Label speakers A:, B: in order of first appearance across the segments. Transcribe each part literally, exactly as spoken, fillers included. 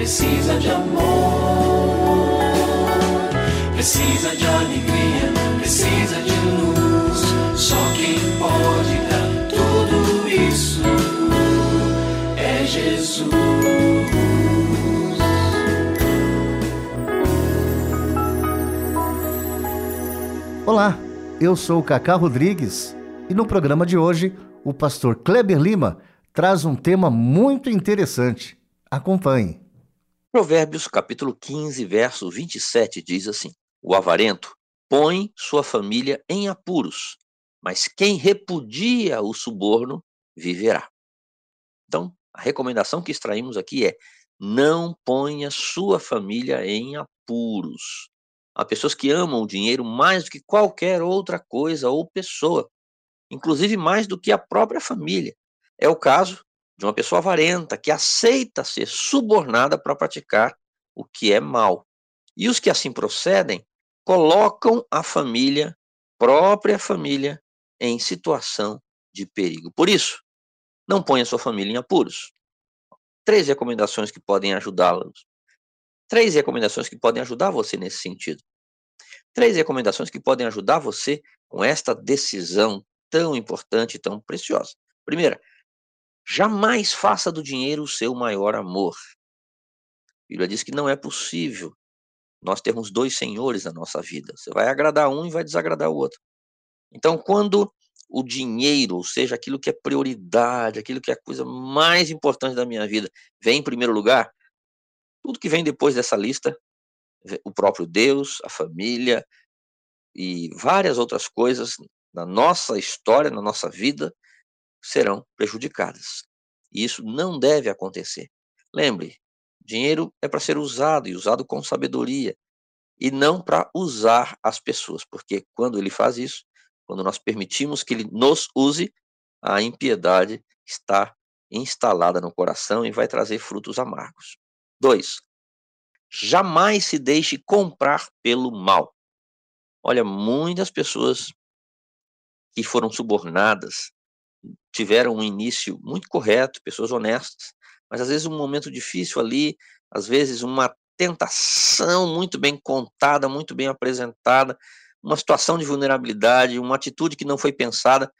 A: precisa de amor, precisa de alegria, precisa de luz. Só quem pode dar tudo isso é Jesus.
B: Olá, eu sou o Cacá Rodrigues e no programa de hoje o pastor Kleber Lima traz um tema muito interessante. Acompanhe.
C: Provérbios capítulo quinze, verso vinte e sete diz assim: o avarento põe sua família em apuros, mas quem repudia o suborno viverá. Então, a recomendação que extraímos aqui é: não ponha sua família em apuros. Há pessoas que amam o dinheiro mais do que qualquer outra coisa ou pessoa, inclusive mais do que a própria família. É o caso de uma pessoa avarenta que aceita ser subornada para praticar o que é mal. E os que assim procedem colocam a família, própria família, em situação de perigo. Por isso, não ponha sua família em apuros. Três recomendações que podem ajudá-los. Três recomendações que podem ajudar você nesse sentido. Três recomendações que podem ajudar você com esta decisão tão importante e tão preciosa. Primeira, jamais faça do dinheiro o seu maior amor. A Bíblia diz que não é possível nós termos dois senhores na nossa vida. Você vai agradar um e vai desagradar o outro. Então, quando o dinheiro, ou seja, aquilo que é prioridade, aquilo que é a coisa mais importante da minha vida, vem em primeiro lugar, tudo que vem depois dessa lista, o próprio Deus, a família e várias outras coisas na nossa história, na nossa vida, serão prejudicadas. E isso não deve acontecer. Lembre, dinheiro é para ser usado e usado com sabedoria e não para usar as pessoas, porque quando ele faz isso, quando nós permitimos que ele nos use, a impiedade está instalada no coração e vai trazer frutos amargos. Dois, jamais se deixe comprar pelo mal. Olha, muitas pessoas que foram subornadas tiveram um início muito correto, pessoas honestas, mas às vezes um momento difícil ali, às vezes uma tentação muito bem contada, muito bem apresentada, uma situação de vulnerabilidade, uma atitude que não foi pensada,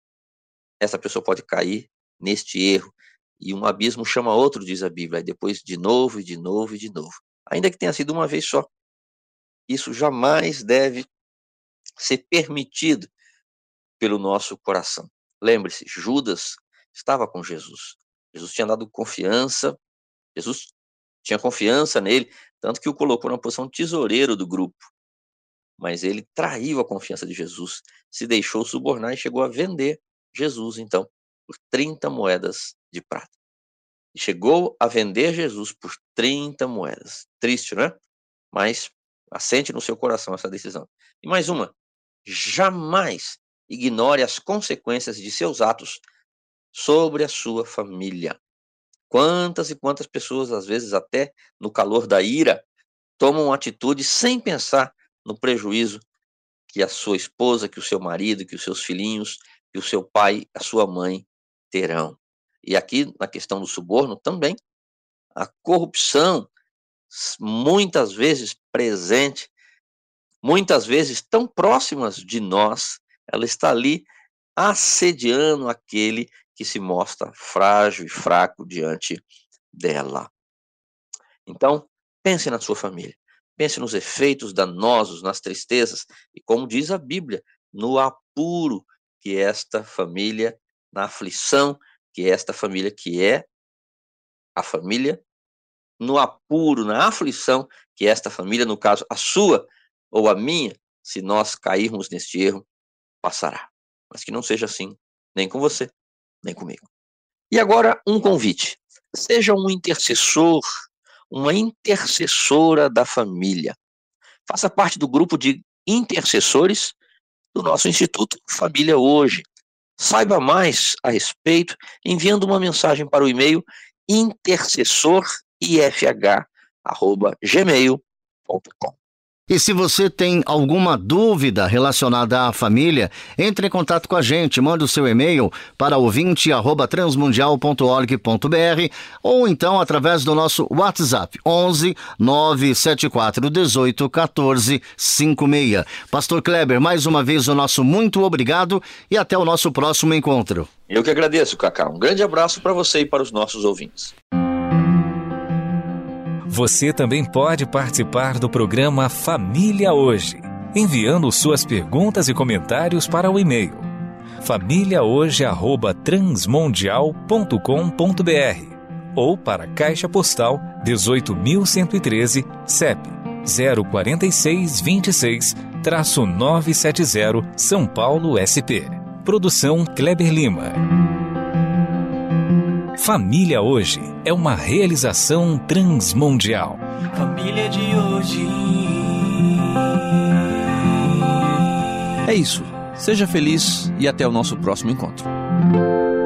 C: essa pessoa pode cair neste erro, e um abismo chama outro, diz a Bíblia, e depois de novo, e de novo, e de novo. Ainda que tenha sido uma vez só, isso jamais deve ser permitido pelo nosso coração. Lembre-se, Judas estava com Jesus. Jesus tinha dado confiança, Jesus tinha confiança nele, tanto que o colocou na posição de tesoureiro do grupo. Mas ele traiu a confiança de Jesus, se deixou subornar e chegou a vender Jesus, então, por trinta moedas de prata. E chegou a vender Jesus por trinta moedas. Triste, não é? Mas assente no seu coração essa decisão. E mais uma, jamais ignore as consequências de seus atos sobre a sua família. Quantas e quantas pessoas, às vezes até no calor da ira, tomam atitude sem pensar no prejuízo que a sua esposa, que o seu marido, que os seus filhinhos, que o seu pai, a sua mãe terão. E aqui, na questão do suborno, também, a corrupção, muitas vezes presente, muitas vezes tão próximas de nós, ela está ali assediando aquele que se mostra frágil e fraco diante dela. Então, pense na sua família. Pense nos efeitos danosos, nas tristezas e, como diz a Bíblia, no apuro que esta família, na aflição que esta família, que é a família, no apuro, na aflição que esta família, no caso a sua ou a minha, se nós cairmos neste erro, passará. Mas que não seja assim, nem com você, nem comigo. E agora um convite. Seja um intercessor, uma intercessora da família. Faça parte do grupo de intercessores do nosso Instituto Família Hoje. Saiba mais a respeito enviando uma mensagem para o e-mail intercessor i f h arroba gmail ponto com.
B: E se você tem alguma dúvida relacionada à família, entre em contato com a gente, manda o seu e-mail para ouvinte arroba transmundial ponto org ponto br ou então através do nosso WhatsApp onze nove sete quatro um oito um quatro cinco seis. Pastor Kleber, mais uma vez o nosso muito obrigado e até o nosso próximo encontro.
C: Eu que agradeço, Cacá. Um grande abraço para você e para os nossos ouvintes.
D: Você também pode participar do programa Família Hoje, enviando suas perguntas e comentários para o e-mail família hoje arroba transmundial ponto com ponto br ou para a Caixa Postal dezoito mil cento e treze, C E P zero quatro seis dois seis, nove sete zero, São Paulo, S P. Produção Kleber Lima. Família Hoje é uma realização transmundial.
A: Família de hoje.
E: É isso. Seja feliz e até o nosso próximo encontro.